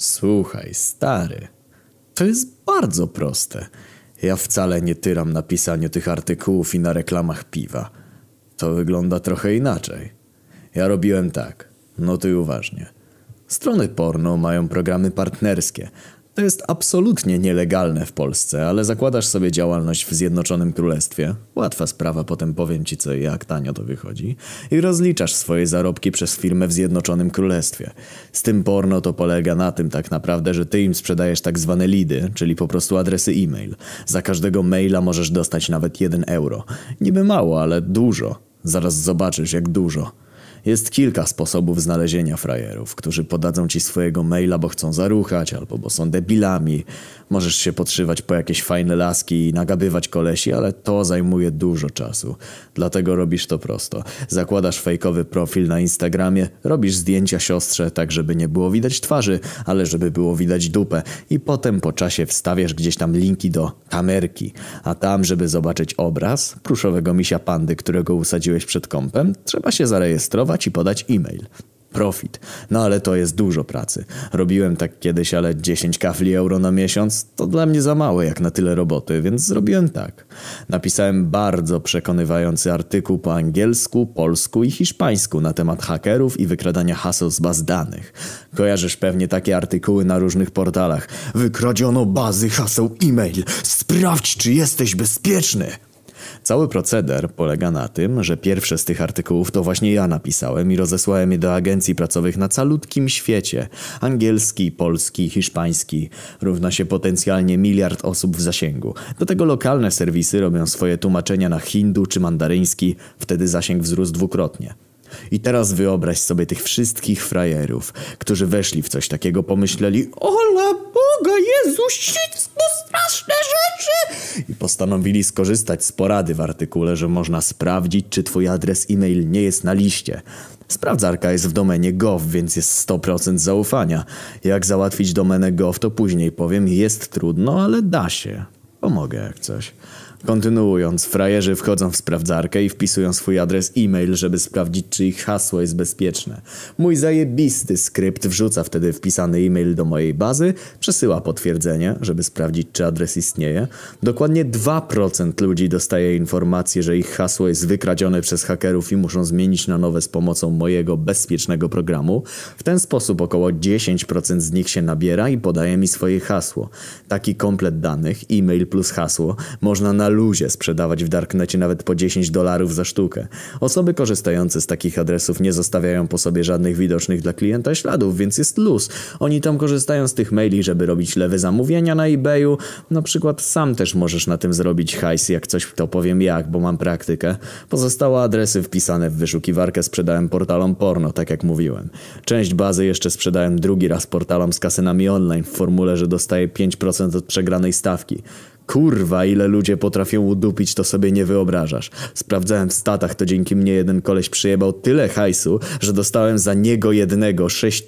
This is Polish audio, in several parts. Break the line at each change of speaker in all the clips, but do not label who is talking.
Słuchaj, stary, to jest bardzo proste. Ja wcale nie tyram na pisaniu tych artykułów i na reklamach piwa. To wygląda trochę inaczej. Ja robiłem tak, notuj uważnie. Strony porno mają programy partnerskie. To jest absolutnie nielegalne w Polsce, ale zakładasz sobie działalność w Zjednoczonym Królestwie. Łatwa sprawa, potem powiem ci co i jak tanio to wychodzi. I rozliczasz swoje zarobki przez firmę w Zjednoczonym Królestwie. Z tym porno to polega na tym tak naprawdę, że ty im sprzedajesz tak zwane lidy, czyli po prostu adresy e-mail. Za każdego maila możesz dostać nawet 1 euro. Niby mało, ale dużo. Zaraz zobaczysz jak dużo. Jest kilka sposobów znalezienia frajerów, którzy podadzą ci swojego maila, bo chcą zaruchać albo bo są debilami. Możesz się podszywać po jakieś fajne laski i nagabywać kolesi, ale to zajmuje dużo czasu. Dlatego robisz to prosto. Zakładasz fejkowy profil na Instagramie, robisz zdjęcia siostrze tak, żeby nie było widać twarzy, ale żeby było widać dupę i potem po czasie wstawiasz gdzieś tam linki do kamerki. A tam, żeby zobaczyć obraz pluszowego misia pandy, którego usadziłeś przed kompem, trzeba się zarejestrować i podać e-mail. Profit. No ale to jest dużo pracy. Robiłem tak kiedyś, ale 10 kafli euro na miesiąc to dla mnie za mało jak na tyle roboty, więc zrobiłem tak. Napisałem bardzo przekonywający artykuł po angielsku, polsku i hiszpańsku na temat hakerów i wykradania haseł z baz danych. Kojarzysz pewnie takie artykuły na różnych portalach. Wykradziono bazy haseł e-mail. Sprawdź, czy jesteś bezpieczny. Cały proceder polega na tym, że pierwsze z tych artykułów to właśnie ja napisałem i rozesłałem je do agencji pracowych na calutkim świecie. Angielski, polski, hiszpański. Równa się potencjalnie 1 miliard osób w zasięgu. Do tego lokalne serwisy robią swoje tłumaczenia na hindu czy mandaryński. Wtedy zasięg wzrósł dwukrotnie. I teraz wyobraź sobie tych wszystkich frajerów, którzy weszli w coś takiego, pomyśleli: ola Boga, Jezus, to straszne rzeczy! I postanowili skorzystać z porady w artykule, że można sprawdzić, czy twój adres e-mail nie jest na liście. Sprawdzarka jest w domenie gov, więc jest 100% zaufania. Jak załatwić domenę gov, to później powiem. Jest trudno, ale da się. Pomogę jak coś. Kontynuując, frajerzy wchodzą w sprawdzarkę i wpisują swój adres e-mail, żeby sprawdzić, czy ich hasło jest bezpieczne. Mój zajebisty skrypt wrzuca wtedy wpisany e-mail do mojej bazy, przesyła potwierdzenie, żeby sprawdzić, czy adres istnieje. Dokładnie 2% ludzi dostaje informację, że ich hasło jest wykradzione przez hakerów i muszą zmienić na nowe z pomocą mojego bezpiecznego programu. W ten sposób około 10% z nich się nabiera i podaje mi swoje hasło. Taki komplet danych, e-mail plus hasło, można na luzie sprzedawać w darknecie nawet po $10 za sztukę. Osoby korzystające z takich adresów nie zostawiają po sobie żadnych widocznych dla klienta śladów, więc jest luz. Oni tam korzystają z tych maili, żeby robić lewe zamówienia na eBayu. Na przykład sam też możesz na tym zrobić hajs, jak coś to powiem jak, bo mam praktykę. Pozostałe adresy wpisane w wyszukiwarkę sprzedałem portalom porno, tak jak mówiłem. Część bazy jeszcze sprzedałem drugi raz portalom z kasynami online w formule, że dostaję 5% od przegranej stawki. Kurwa, ile ludzie potrafią udupić, to sobie nie wyobrażasz. Sprawdzałem w statach, to dzięki mnie jeden koleś przyjebał tyle hajsu, że dostałem za niego jednego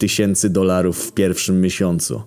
$6000 w pierwszym miesiącu.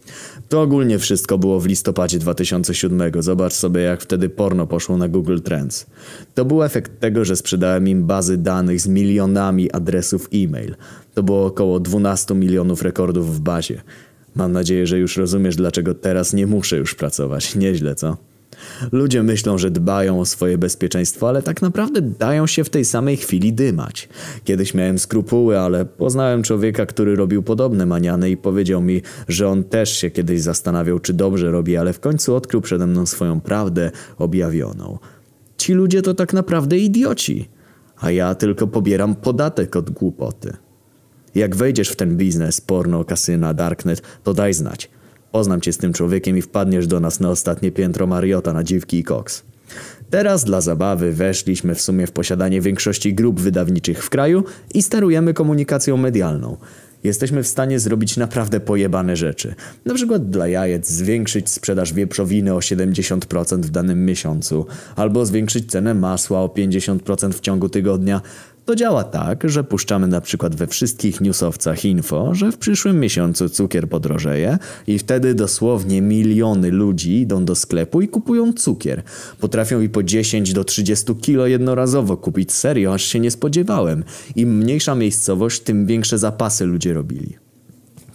To ogólnie wszystko było w listopadzie 2007. Zobacz sobie, jak wtedy porno poszło na Google Trends. To był efekt tego, że sprzedałem im bazy danych z milionami adresów e-mail. To było około 12 milionów rekordów w bazie. Mam nadzieję, że już rozumiesz, dlaczego teraz nie muszę już pracować. Nieźle, co? Ludzie myślą, że dbają o swoje bezpieczeństwo, ale tak naprawdę dają się w tej samej chwili dymać. Kiedyś miałem skrupuły, ale poznałem człowieka, który robił podobne maniany i powiedział mi, że on też się kiedyś zastanawiał, czy dobrze robi, ale w końcu odkrył przede mną swoją prawdę objawioną. Ci ludzie to tak naprawdę idioci, a ja tylko pobieram podatek od głupoty. Jak wejdziesz w ten biznes, porno, kasyna, darknet, to daj znać. Poznam cię z tym człowiekiem i wpadniesz do nas na ostatnie piętro Mariota na dziwki i koks. Teraz dla zabawy weszliśmy w sumie w posiadanie większości grup wydawniczych w kraju i sterujemy komunikacją medialną. Jesteśmy w stanie zrobić naprawdę pojebane rzeczy. Na przykład dla jajec zwiększyć sprzedaż wieprzowiny o 70% w danym miesiącu, albo zwiększyć cenę masła o 50% w ciągu tygodnia. To działa tak, że puszczamy na przykład we wszystkich newsowcach info, że w przyszłym miesiącu cukier podrożeje i wtedy dosłownie miliony ludzi idą do sklepu i kupują cukier. Potrafią i po 10 do 30 kilo jednorazowo kupić, serio, aż się nie spodziewałem. Im mniejsza miejscowość, tym większe zapasy ludzie robili.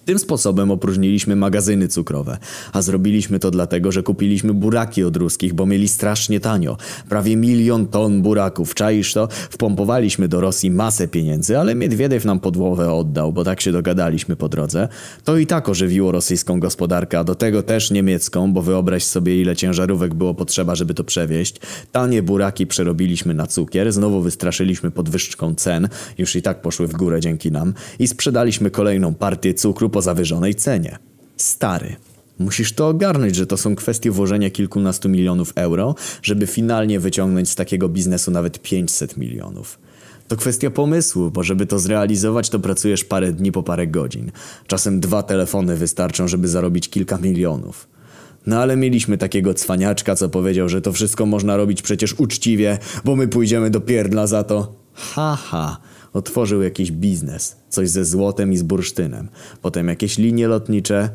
Tym sposobem opróżniliśmy magazyny cukrowe, a zrobiliśmy to dlatego, że kupiliśmy buraki od ruskich, bo mieli strasznie tanio. Prawie 1 000 000 ton buraków, czaisz to? Wpompowaliśmy do Rosji masę pieniędzy, ale Miedwiediew nam podłowę oddał, bo tak się dogadaliśmy po drodze. To i tak ożywiło rosyjską gospodarkę, a do tego też niemiecką, bo wyobraź sobie, ile ciężarówek było potrzeba, żeby to przewieźć. Tanie buraki przerobiliśmy na cukier, znowu wystraszyliśmy podwyżką cen, już i tak poszły w górę dzięki nam, i sprzedaliśmy kolejną partię cukru po zawyżonej cenie. Stary, musisz to ogarnąć, że to są kwestie włożenia kilkunastu milionów euro, żeby finalnie wyciągnąć z takiego biznesu nawet 500 milionów. To kwestia pomysłu, bo żeby to zrealizować, to pracujesz parę dni po parę godzin. Czasem 2 telefony wystarczą, żeby zarobić kilka milionów. No ale mieliśmy takiego cwaniaczka, co powiedział, że to wszystko można robić przecież uczciwie, bo my pójdziemy do pierdla za to. Haha, otworzył jakiś biznes, coś ze złotem i z bursztynem. Potem jakieś linie lotnicze.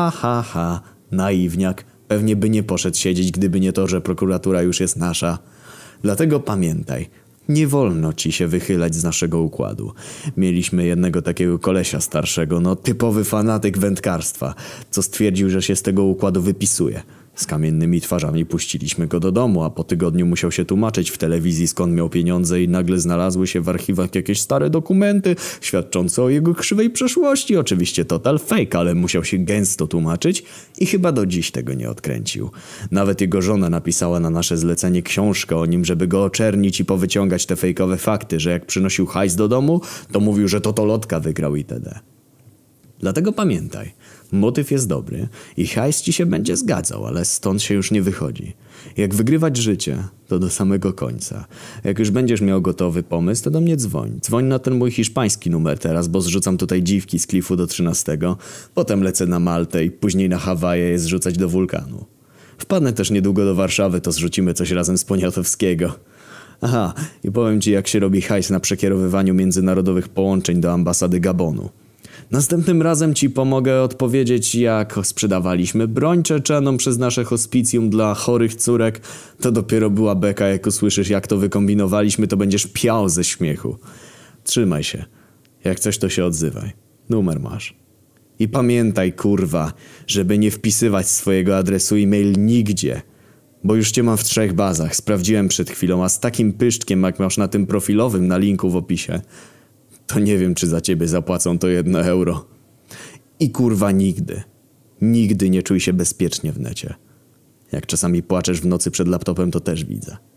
Naiwniak. Pewnie by nie poszedł siedzieć, gdyby nie to, że prokuratura już jest nasza. Dlatego pamiętaj, nie wolno ci się wychylać z naszego układu. Mieliśmy jednego takiego kolesia starszego, no typowy fanatyk wędkarstwa, co stwierdził, że się z tego układu wypisuje. Z kamiennymi twarzami puściliśmy go do domu, a po tygodniu musiał się tłumaczyć w telewizji, skąd miał pieniądze, i nagle znalazły się w archiwach jakieś stare dokumenty świadczące o jego krzywej przeszłości. Oczywiście total fake, ale musiał się gęsto tłumaczyć i chyba do dziś tego nie odkręcił. Nawet jego żona napisała na nasze zlecenie książkę o nim, żeby go oczernić i powyciągać te fejkowe fakty, że jak przynosił hajs do domu, to mówił, że totolotka wygrał itd. Dlatego pamiętaj, motyw jest dobry i hajs ci się będzie zgadzał, ale stąd się już nie wychodzi. Jak wygrywać życie, to do samego końca. Jak już będziesz miał gotowy pomysł, to do mnie dzwoń. Dzwoń na ten mój hiszpański numer teraz, bo zrzucam tutaj dziwki z klifu do 13. Potem lecę na Maltę i później na Hawaje je zrzucać do wulkanu. Wpadnę też niedługo do Warszawy, to zrzucimy coś razem z Poniatowskiego. Aha, i powiem ci, jak się robi hajs na przekierowywaniu międzynarodowych połączeń do ambasady Gabonu. Następnym razem ci pomogę odpowiedzieć, jak sprzedawaliśmy broń czeczenom przez nasze hospicjum dla chorych córek. To dopiero była beka, jak usłyszysz, jak to wykombinowaliśmy, to będziesz piał ze śmiechu. Trzymaj się. Jak coś, to się odzywaj. Numer masz. I pamiętaj, kurwa, żeby nie wpisywać swojego adresu e-mail nigdzie. Bo już cię mam w 3 bazach. Sprawdziłem przed chwilą, a z takim pyszczkiem, jak masz na tym profilowym na linku w opisie, to nie wiem, czy za ciebie zapłacą to 1 euro. I kurwa nigdy nie czuj się bezpiecznie w necie. Jak czasami płaczesz w nocy przed laptopem, to też widzę.